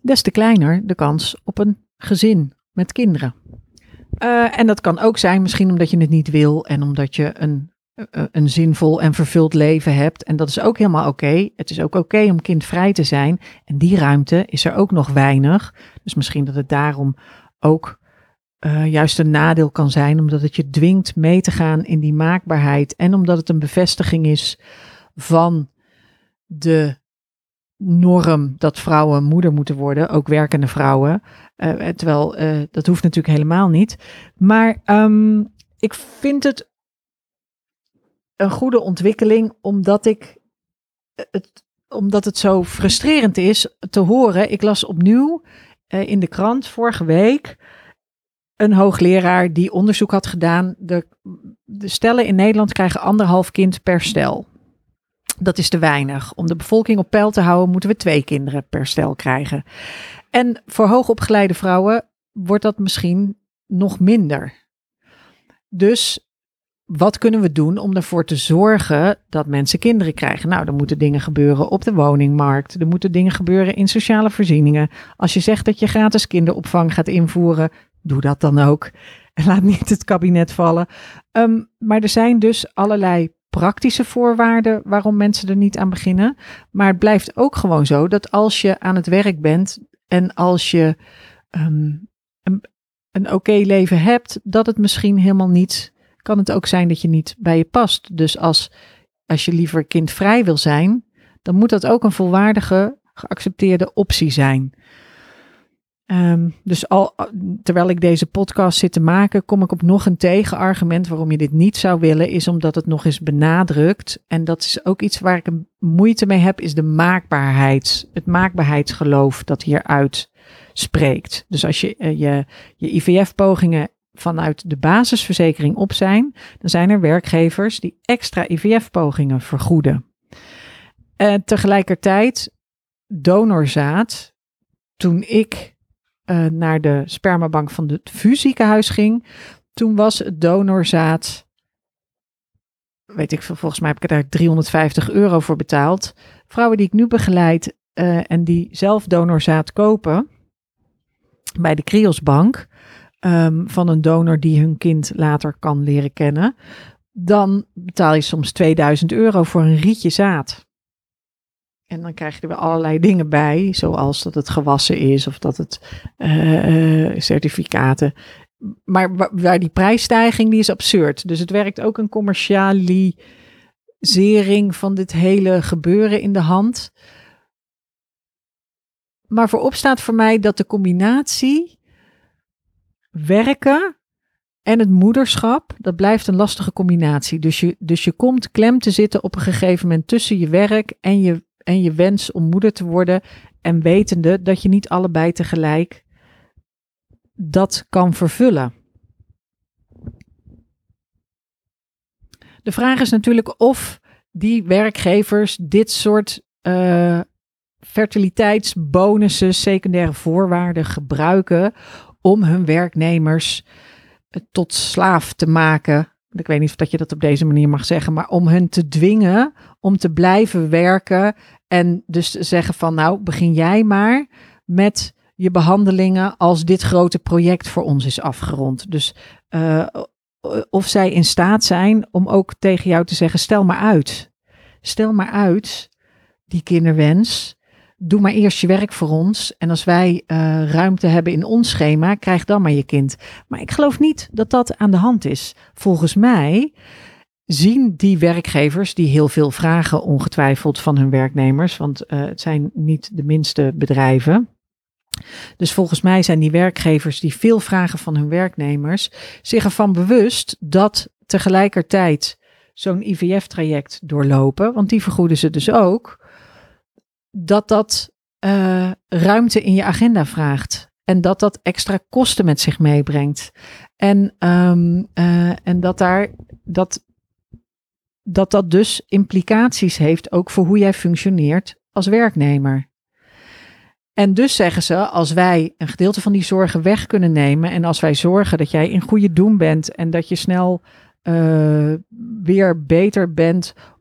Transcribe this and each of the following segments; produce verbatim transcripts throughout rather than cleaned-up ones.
des te kleiner de kans op een gezin met kinderen. Uh, en dat kan ook zijn misschien omdat je het niet wil en omdat je een, uh, een zinvol en vervuld leven hebt. En dat is ook helemaal oké. Okay. Het is ook oké okay om kindvrij te zijn. En die ruimte is er ook nog weinig. Dus misschien dat het daarom ook uh, juist een nadeel kan zijn, omdat het je dwingt mee te gaan in die maakbaarheid. En omdat het een bevestiging is van de norm dat vrouwen moeder moeten worden, ook werkende vrouwen. Uh, terwijl uh, dat hoeft natuurlijk helemaal niet. Maar um, ik vind het een goede ontwikkeling, omdat ik het, omdat het zo frustrerend is te horen. Ik las opnieuw uh, in de krant vorige week een hoogleraar die onderzoek had gedaan. De, de stellen in Nederland krijgen anderhalf kind per stel. Dat is te weinig. Om de bevolking op peil te houden moeten we twee kinderen per stel krijgen. En voor hoogopgeleide vrouwen wordt dat misschien nog minder. Dus wat kunnen we doen om ervoor te zorgen dat mensen kinderen krijgen? Nou, er moeten dingen gebeuren op de woningmarkt. Er moeten dingen gebeuren in sociale voorzieningen. Als je zegt dat je gratis kinderopvang gaat invoeren, doe dat dan ook. En laat niet het kabinet vallen. Um, maar er zijn dus allerlei praktische voorwaarden waarom mensen er niet aan beginnen. Maar het blijft ook gewoon zo dat als je aan het werk bent en als je um, een, een oké okay leven hebt, dat het misschien helemaal niet, kan het ook zijn dat je niet bij je past. Dus als, als je liever kindvrij wil zijn, dan moet dat ook een volwaardige, geaccepteerde optie zijn. Um, dus al, terwijl ik deze podcast zit te maken, kom ik op nog een tegenargument waarom je dit niet zou willen, is omdat het nog eens benadrukt. En dat is ook iets waar ik een moeite mee heb, is de maakbaarheid, het maakbaarheidsgeloof dat hieruit spreekt. Dus als je uh, je, je I V F-pogingen vanuit de basisverzekering op zijn, dan zijn er werkgevers die extra I V F-pogingen vergoeden. Uh, tegelijkertijd, donorzaad, toen ik Uh, naar de spermabank van het V U ziekenhuis ging, toen was het donorzaad, weet ik veel, volgens mij heb ik er daar driehonderdvijftig euro voor betaald. Vrouwen die ik nu begeleid uh, en die zelf donorzaad kopen bij de Kriosbank, um, van een donor die hun kind later kan leren kennen, dan betaal je soms tweeduizend euro voor een rietje zaad. En dan krijg je er weer allerlei dingen bij, zoals dat het gewassen is of dat het uh, certificaten. Maar waar die prijsstijging, die is absurd. Dus het werkt ook een commercialisering van dit hele gebeuren in de hand. Maar voorop staat voor mij dat de combinatie werken en het moederschap, dat blijft een lastige combinatie. Dus je, dus je komt klem te zitten op een gegeven moment tussen je werk en je En je wens om moeder te worden. En wetende dat je niet allebei tegelijk dat kan vervullen. De vraag is natuurlijk of die werkgevers dit soort uh, fertiliteitsbonussen, secundaire voorwaarden gebruiken om hun werknemers uh, tot slaaf te maken. Ik weet niet of dat je dat op deze manier mag zeggen, maar om hen te dwingen om te blijven werken en dus te zeggen van nou, begin jij maar met je behandelingen als dit grote project voor ons is afgerond. Dus uh, of zij in staat zijn om ook tegen jou te zeggen, stel maar uit. Stel maar uit die kinderwens. Doe maar eerst je werk voor ons. En als wij uh, ruimte hebben in ons schema, krijg dan maar je kind. Maar ik geloof niet dat dat aan de hand is. Volgens mij zien die werkgevers, die heel veel vragen ongetwijfeld van hun werknemers, want uh, het zijn niet de minste bedrijven. Dus volgens mij zijn die werkgevers die veel vragen van hun werknemers zich ervan bewust dat tegelijkertijd zo'n I V F-traject doorlopen, want die vergoeden ze dus ook, dat dat uh, ruimte in je agenda vraagt. En dat dat extra kosten met zich meebrengt. En, um, uh, en dat, daar, dat, dat dat dus implicaties heeft ook voor hoe jij functioneert als werknemer. En dus zeggen ze, als wij een gedeelte van die zorgen weg kunnen nemen en als wij zorgen dat jij in goede doen bent en dat je snel uh, weer beter bent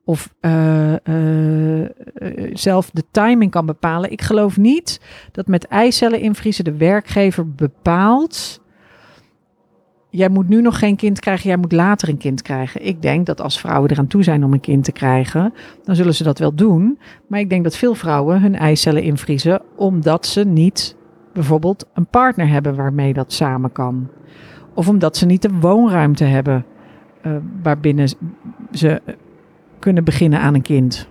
of uh, uh, uh, zelf de timing kan bepalen. Ik geloof niet dat met eicellen invriezen de werkgever bepaalt, jij moet nu nog geen kind krijgen, jij moet later een kind krijgen. Ik denk dat als vrouwen eraan toe zijn om een kind te krijgen, dan zullen ze dat wel doen. Maar ik denk dat veel vrouwen hun eicellen invriezen omdat ze niet bijvoorbeeld een partner hebben waarmee dat samen kan. Of omdat ze niet de woonruimte hebben uh, waarbinnen ze kunnen beginnen aan een kind.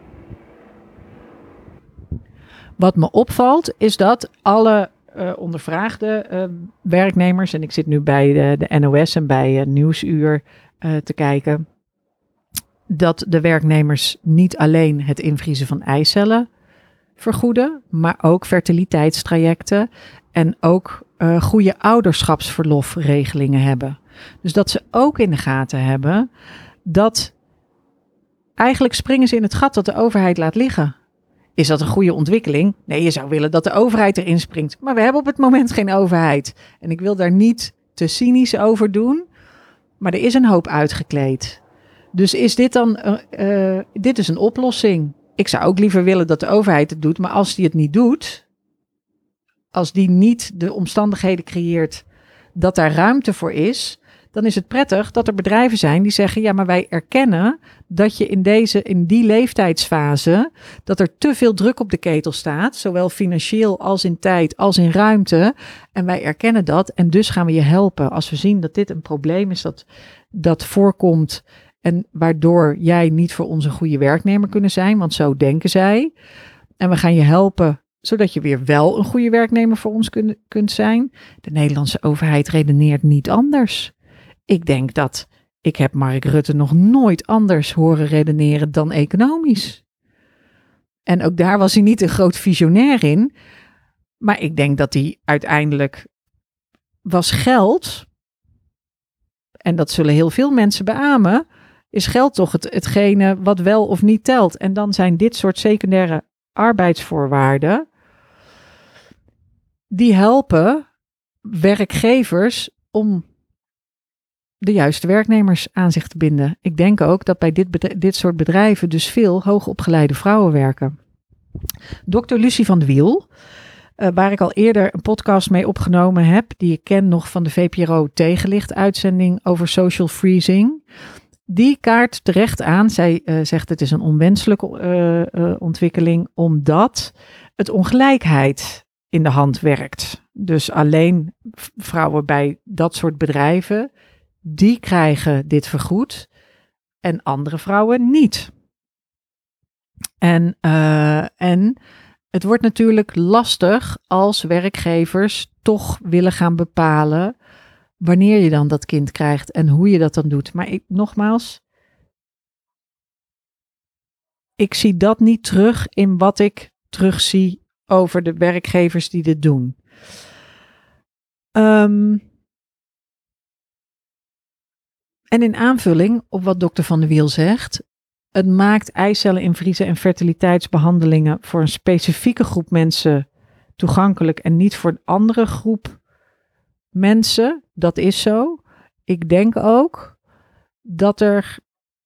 Wat me opvalt is dat alle uh, ondervraagde uh, werknemers, en ik zit nu bij de, de N O S en bij uh, Nieuwsuur uh, te kijken, dat de werknemers niet alleen het invriezen van eicellen vergoeden, maar ook fertiliteitstrajecten en ook uh, goede ouderschapsverlofregelingen hebben. Dus dat ze ook in de gaten hebben dat eigenlijk springen ze in het gat dat de overheid laat liggen. Is dat een goede ontwikkeling? Nee, je zou willen dat de overheid erin springt. Maar we hebben op het moment geen overheid. En ik wil daar niet te cynisch over doen, maar er is een hoop uitgekleed. Dus is dit dan, uh, uh, dit is een oplossing. Ik zou ook liever willen dat de overheid het doet, maar als die het niet doet, als die niet de omstandigheden creëert dat daar ruimte voor is, dan is het prettig dat er bedrijven zijn die zeggen, ja, maar wij erkennen dat je in deze, in die leeftijdsfase, dat er te veel druk op de ketel staat, zowel financieel als in tijd, als in ruimte. En wij erkennen dat en dus gaan we je helpen. Als we zien dat dit een probleem is dat, dat voorkomt en waardoor jij niet voor ons een goede werknemer kunnen zijn, want zo denken zij. En we gaan je helpen zodat je weer wel een goede werknemer voor ons kun, kunt zijn. De Nederlandse overheid redeneert niet anders. Ik denk dat, ik heb Mark Rutte nog nooit anders horen redeneren dan economisch. En ook daar was hij niet een groot visionair in. Maar ik denk dat hij uiteindelijk was geld, en dat zullen heel veel mensen beamen, is geld toch het, hetgene wat wel of niet telt. En dan zijn dit soort secundaire arbeidsvoorwaarden, die helpen werkgevers om de juiste werknemers aan zich te binden. Ik denk ook dat bij dit, bedrijf, dit soort bedrijven dus veel hoogopgeleide vrouwen werken. dokter Lucie van de Wiel, uh, waar ik al eerder een podcast mee opgenomen heb, die ik ken nog van de V P R O Tegenlicht-uitzending over social freezing. Die kaart terecht aan. Zij uh, zegt het is een onwenselijke uh, uh, ontwikkeling, omdat het ongelijkheid in de hand werkt. Dus alleen vrouwen bij dat soort bedrijven, die krijgen dit vergoed en andere vrouwen niet. En, uh, en het wordt natuurlijk lastig als werkgevers toch willen gaan bepalen wanneer je dan dat kind krijgt en hoe je dat dan doet. Maar ik, nogmaals, ik zie dat niet terug in wat ik terugzie over de werkgevers die dit doen. Um, en in aanvulling op wat dokter Van de Wiel zegt, het maakt eicellen invriezen en fertiliteitsbehandelingen voor een specifieke groep mensen toegankelijk en niet voor een andere groep mensen. Dat is zo. Ik denk ook dat er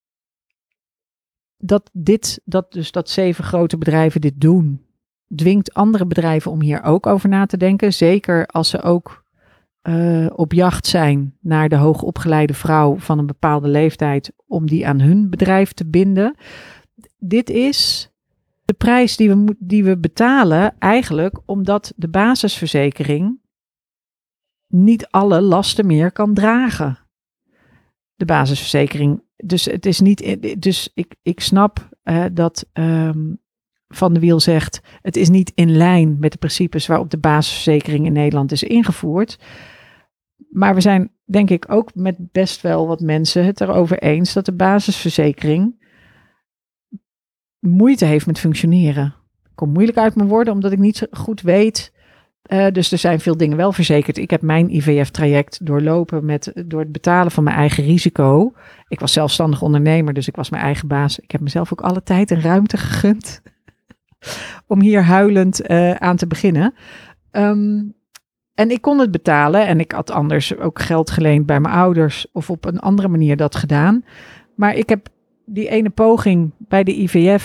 dat dit, dat dus dat zeven grote bedrijven dit doen, dwingt andere bedrijven om hier ook over na te denken. Zeker als ze ook uh, op jacht zijn naar de hoogopgeleide vrouw van een bepaalde leeftijd, om die aan hun bedrijf te binden. Dit is de prijs die we, die we betalen eigenlijk omdat de basisverzekering niet alle lasten meer kan dragen. De basisverzekering. Dus het is niet. Dus ik, ik snap uh, dat um, Van de Wiel zegt, het is niet in lijn met de principes waarop de basisverzekering in Nederland is ingevoerd. Maar we zijn, denk ik, ook met best wel wat mensen het erover eens dat de basisverzekering moeite heeft met functioneren. Ik kom moeilijk uit mijn woorden, omdat ik niet zo goed weet. Uh, dus er zijn veel dingen wel verzekerd. Ik heb mijn I V F-traject doorlopen met, door het betalen van mijn eigen risico. Ik was zelfstandig ondernemer, dus ik was mijn eigen baas. Ik heb mezelf ook alle tijd en ruimte gegund om hier huilend uh, aan te beginnen. Um, en ik kon het betalen en ik had anders ook geld geleend bij mijn ouders of op een andere manier dat gedaan. Maar ik heb die ene poging bij de I V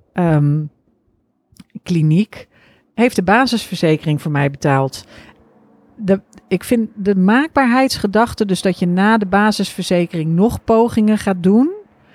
F-kliniek um, heeft de basisverzekering voor mij betaald. De, ik vind de maakbaarheidsgedachte, dus dat je na de basisverzekering nog pogingen gaat doen.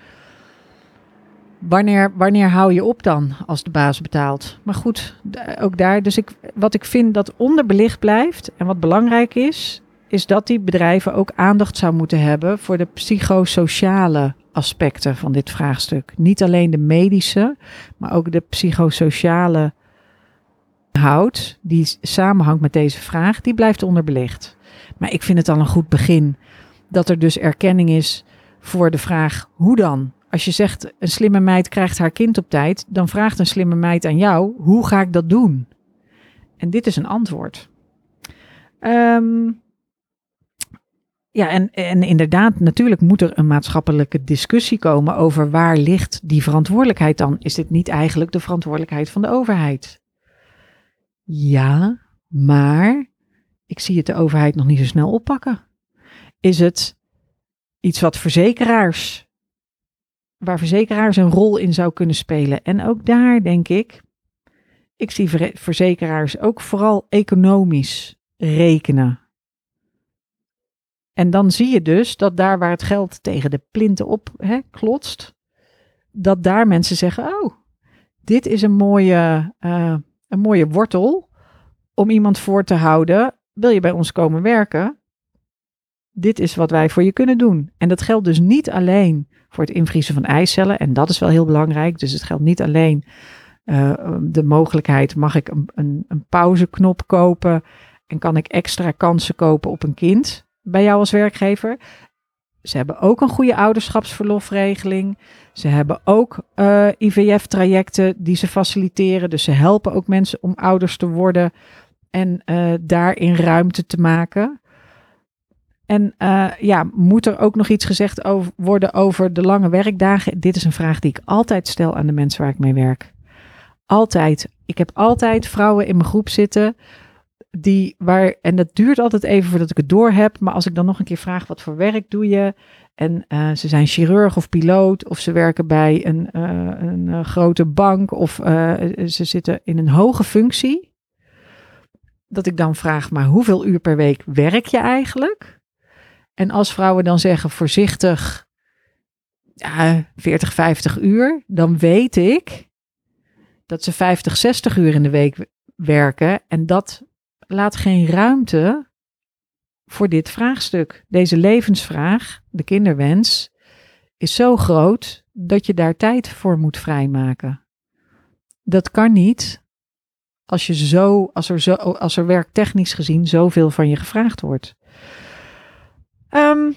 Wanneer, wanneer hou je op dan als de baas betaalt? Maar goed, ook daar. Dus ik, wat ik vind dat onderbelicht blijft en wat belangrijk is, is dat die bedrijven ook aandacht zou moeten hebben voor de psychosociale aspecten van dit vraagstuk. Niet alleen de medische, maar ook de psychosociale hout die samenhangt met deze vraag, die blijft onderbelicht. Maar ik vind het al een goed begin dat er dus erkenning is voor de vraag hoe dan? Als je zegt een slimme meid krijgt haar kind op tijd, dan vraagt een slimme meid aan jou, hoe ga ik dat doen? En dit is een antwoord. Um, ja, en, en inderdaad, natuurlijk moet er een maatschappelijke discussie komen over waar ligt die verantwoordelijkheid dan? Is dit niet eigenlijk de verantwoordelijkheid van de overheid? Ja, maar ik zie het de overheid nog niet zo snel oppakken. Is het iets wat verzekeraars, waar verzekeraars een rol in zou kunnen spelen? En ook daar denk ik, ik zie ver- verzekeraars ook vooral economisch rekenen. En dan zie je dus dat daar waar het geld tegen de plinten op hè, klotst, dat daar mensen zeggen, oh, dit is een mooie, uh, een mooie wortel om iemand voor te houden. Wil je bij ons komen werken? Dit is wat wij voor je kunnen doen. En dat geldt dus niet alleen voor het invriezen van eicellen. En dat is wel heel belangrijk. Dus het geldt niet alleen uh, de mogelijkheid, mag ik een, een, een pauzeknop kopen en kan ik extra kansen kopen op een kind bij jou als werkgever. Ze hebben ook een goede ouderschapsverlofregeling. Ze hebben ook uh, I V F-trajecten die ze faciliteren. Dus ze helpen ook mensen om ouders te worden en uh, daarin ruimte te maken. En uh, ja, moet er ook nog iets gezegd over, worden over de lange werkdagen? Dit is een vraag die ik altijd stel aan de mensen waar ik mee werk. Altijd. Ik heb altijd vrouwen in mijn groep zitten die waar, en dat duurt altijd even voordat ik het door heb, maar als ik dan nog een keer vraag, wat voor werk doe je? En uh, ze zijn chirurg of piloot, of ze werken bij een, uh, een uh, grote bank, of uh, ze zitten in een hoge functie. Dat ik dan vraag, maar hoeveel uur per week werk je eigenlijk? En als vrouwen dan zeggen voorzichtig ja, veertig, vijftig uur, dan weet ik dat ze vijftig, zestig uur in de week werken. En dat laat geen ruimte voor dit vraagstuk. Deze levensvraag, de kinderwens, is zo groot dat je daar tijd voor moet vrijmaken. Dat kan niet als je zo, als er zo, als er werktechnisch gezien zoveel van je gevraagd wordt. Um,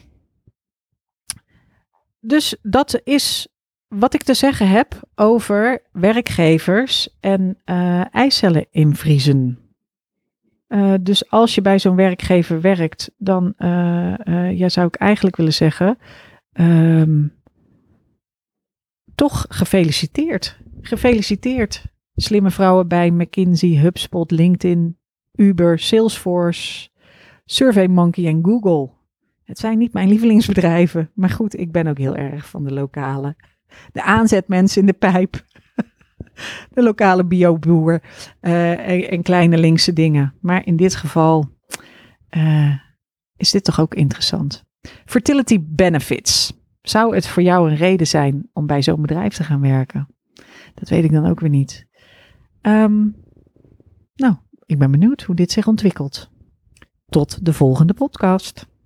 dus dat is wat ik te zeggen heb over werkgevers en uh, eicellen invriezen. Uh, dus als je bij zo'n werkgever werkt, dan uh, uh, ja, zou ik eigenlijk willen zeggen, um, toch gefeliciteerd. Gefeliciteerd. Slimme vrouwen bij McKinsey, HubSpot, LinkedIn, Uber, Salesforce, SurveyMonkey en Google. Het zijn niet mijn lievelingsbedrijven, maar goed, ik ben ook heel erg van de lokale. De aanzetmensen in de pijp. De lokale bioboer uh, en, en kleine linkse dingen. Maar in dit geval uh, is dit toch ook interessant. Fertility benefits. Zou het voor jou een reden zijn om bij zo'n bedrijf te gaan werken? Dat weet ik dan ook weer niet. Um, nou, ik ben benieuwd hoe dit zich ontwikkelt. Tot de volgende podcast.